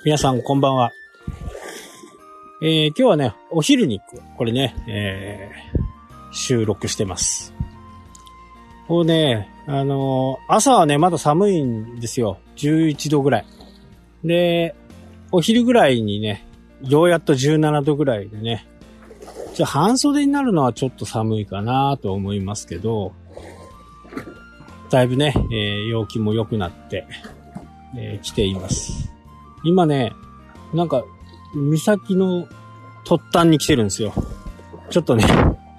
皆さんこんばんは。今日はね、お昼にこれね、収録してます。こうね、朝はね、まだ寒いんですよ。11度ぐらい。で、お昼ぐらいにね、ようやっと17度ぐらいでね、半袖になるのはちょっと寒いかなと思いますけど、だいぶね、陽気も良くなって、来ています。今ね、なんか、岬の突端に来てるんですよ。ちょっとね、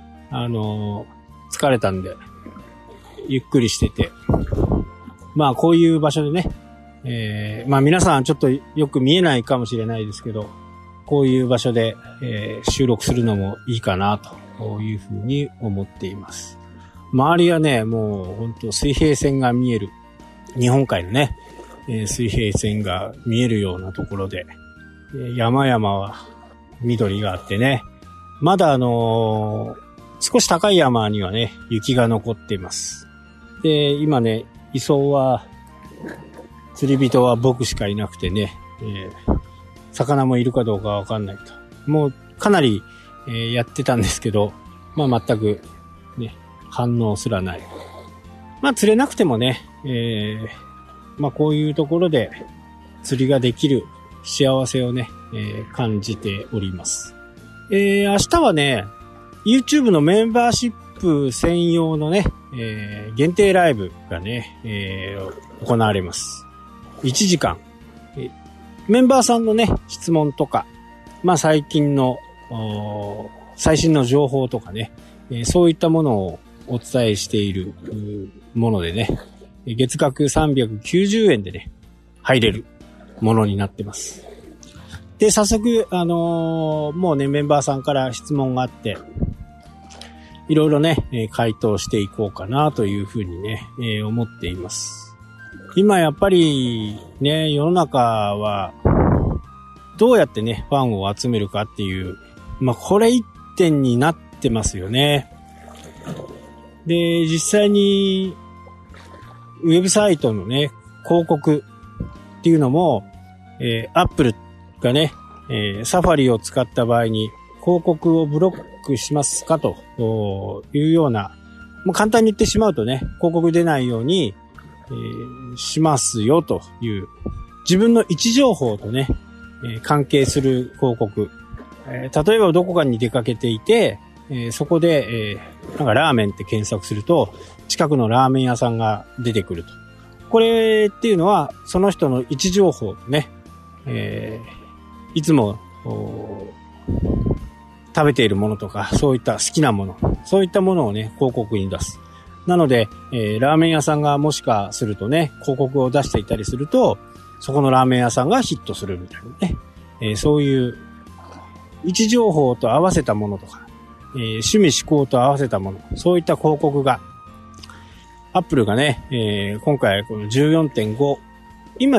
疲れたんで、ゆっくりしてて。まあ、こういう場所でね、まあ皆さんちょっとよく見えないかもしれないですけど、こういう場所で、収録するのもいいかなというふうに思っています。周りはね、もう本当水平線が見える。日本海のね、水平線が見えるようなところで、山々は緑があってね、まだ少し高い山にはね、雪が残っています。で、今ね、磯は、釣り人は僕しかいなくてね、魚もいるかどうかわかんないと。もうかなり、やってたんですけど、まあ全くね、反応すらない。まあ釣れなくてもね、まあこういうところで釣りができる幸せをね、感じております。明日はね、YouTube のメンバーシップ専用のね、限定ライブがね、行われます。1時間。メンバーさんのね、質問とか、まあ最近の最新の情報とかね、そういったものをお伝えしているものでね、月額390円でね、入れるものになってます。で、早速、もうね、メンバーさんから質問があって、いろいろね、回答していこうかなというふうにね、思っています。今やっぱりね、世の中は、どうやってね、ファンを集めるかっていう、まあ、これ一点になってますよね。で、実際に、ウェブサイトのね、広告っていうのも、Apple がね、サファリを使った場合に広告をブロックしますかというような、もう簡単に言ってしまうとね、広告出ないように、しますよという、自分の位置情報とね、関係する広告。例えばどこかに出かけていて、そこで、なんかラーメンって検索すると、近くのラーメン屋さんが出てくると。これっていうのは、その人の位置情報とね、いつも食べているものとか、そういった好きなもの、そういったものをね、広告に出す。なので、ラーメン屋さんがもしかするとね、広告を出していたりすると、そこのラーメン屋さんがヒットするみたいなね、そういう位置情報と合わせたものとか、趣味嗜好と合わせたもの、そういった広告が、アップルがね、今回この 14.5、今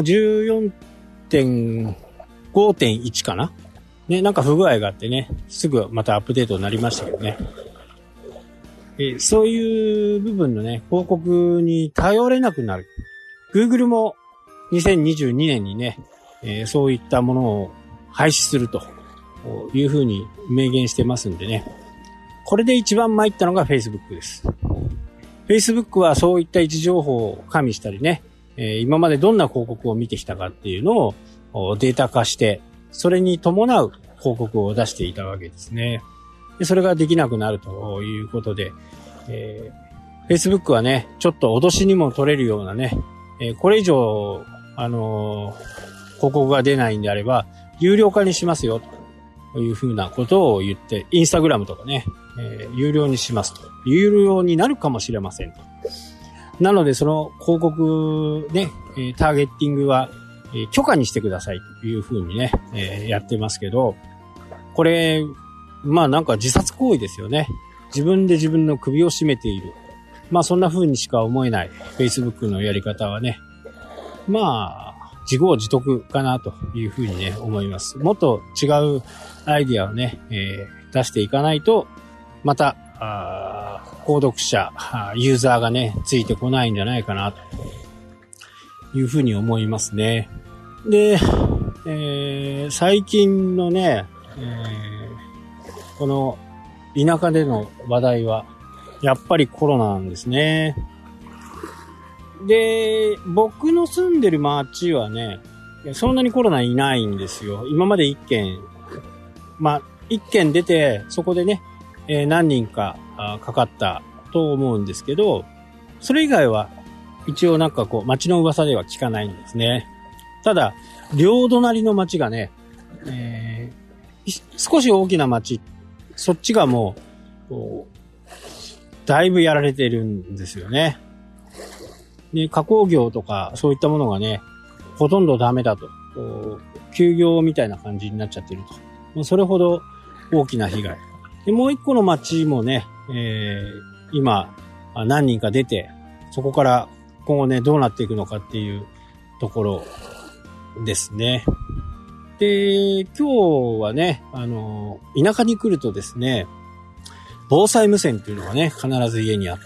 14.5.1 かなね、なんか不具合があってね、すぐまたアップデートになりましたけどね。そういう部分のね、広告に頼れなくなる。Google も2022年にね、そういったものを廃止するというふうに明言してますんでね。これで一番参ったのが Facebook です。Facebook はそういった位置情報を加味したりね、今までどんな広告を見てきたかっていうのをデータ化して、それに伴う広告を出していたわけですね。でそれができなくなるということで、Facebook はね、ちょっと脅しにも取れるようなね、これ以上、広告が出ないんであれば、有料化にしますよ、というふうなことを言って、インスタグラムとかね、有料にしますと。有料になるかもしれませんと。なので、その広告ね、ターゲッティングは、許可にしてくださいというふうにね、やってますけど、これ、まあなんか自殺行為ですよね。自分で自分の首を絞めている。まあそんな風にしか思えない Facebook のやり方はね、まあ自業自得かなという風にね思います。もっと違うアイディアをね、出していかないと、また購読者、ユーザーがねついてこないんじゃないかなという風に思いますね。で、 最近のね、この田舎での話題は、やっぱりコロナなんですね。で、僕の住んでる町はね、そんなにコロナいないんですよ。今まで一件出て、そこでね、何人かかかったと思うんですけど、それ以外は一応なんかこう町の噂では聞かないんですね。ただ、両隣の町がね、少し大きな町、そっちがもう、だいぶやられてるんですよね。で、加工業とかそういったものがね、ほとんどダメだと。休業みたいな感じになっちゃってると。それほど大きな被害。で、もう一個の町もね、今、何人か出て、そこから今後ね、どうなっていくのかっていうところですね。で、今日はね、田舎に来るとですね、防災無線っていうのがね、必ず家にあって、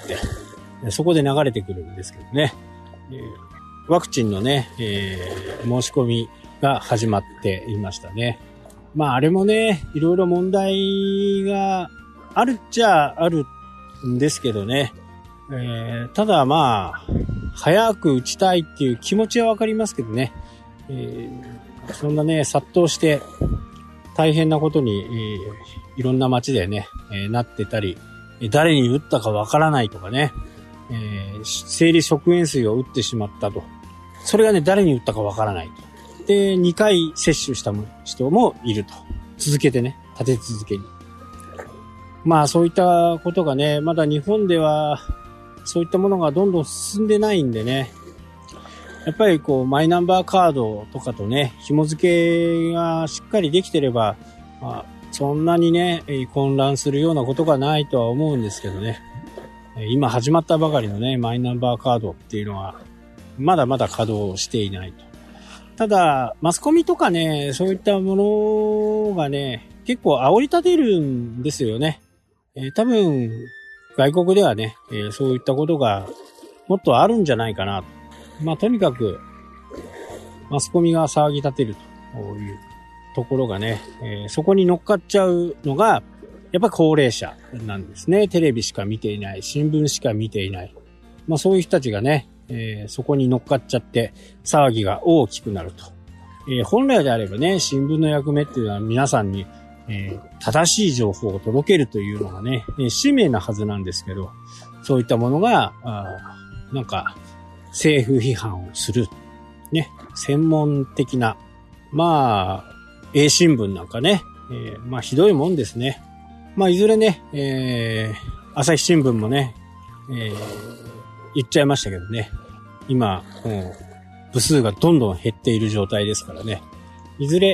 そこで流れてくるんですけどね、ワクチンのね、申し込みが始まっていましたね。まああれもね、いろいろ問題があるっちゃあるんですけどね、ただまあ、早く打ちたいっていう気持ちはわかりますけどね、そんなね、殺到して大変なことに、いろんな街でね、なってたり、誰に打ったかわからないとかね、生理食塩水を打ってしまったと。それがね、誰に打ったかわからないと。で、2回接種した人もいると。続けてね、立て続けに。まあそういったことがね、まだ日本ではそういったものがどんどん進んでないんでね、やっぱりこうマイナンバーカードとかとね、紐付けがしっかりできてれば、まあ、そんなにね、混乱するようなことがないとは思うんですけどね。今始まったばかりのね、マイナンバーカードっていうのは、まだまだ稼働していないと。ただ、マスコミとかね、そういったものがね、結構煽り立てるんですよね。多分、外国ではね、そういったことがもっとあるんじゃないかなと。まあ、とにかく、マスコミが騒ぎ立てるというところがね、そこに乗っかっちゃうのが、やっぱ高齢者なんですね。テレビしか見ていない、新聞しか見ていない。まあそういう人たちがね、そこに乗っかっちゃって騒ぎが大きくなると。本来であればね、新聞の役目っていうのは皆さんに、正しい情報を届けるというのがね、使命なはずなんですけど、そういったものが、なんか政府批判をする。ね、専門的な、まあ、A 新聞なんかね、まあひどいもんですね。まあいずれね、朝日新聞もね、言っちゃいましたけどね。今、部数がどんどん減っている状態ですからね。いずれ、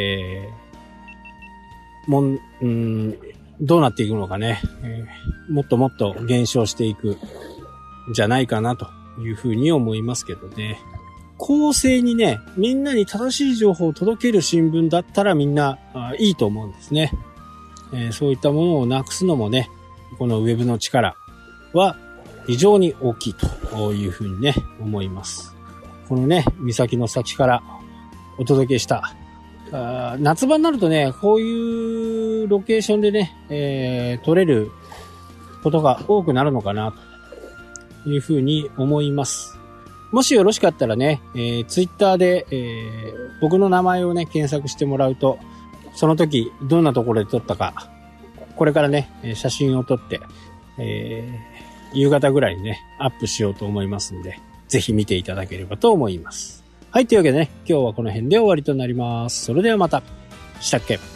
どうなっていくのかね、もっともっと減少していくんじゃないかなというふうに思いますけどね。公正にね、みんなに正しい情報を届ける新聞だったらみんないいと思うんですね。そういったものをなくすのもね、このウェブの力は非常に大きいというふうにね、思います。このね、岬の先からお届けした。夏場になるとね、こういうロケーションでね、撮れることが多くなるのかなというふうに思います。もしよろしかったらね、ツイッターで、僕の名前をね、検索してもらうと、その時どんなところで撮ったか、これからね、写真を撮って、夕方ぐらいにね、アップしようと思いますので、ぜひ見ていただければと思います。はい、というわけでね、今日はこの辺で終わりとなります。それではまた。したっけ。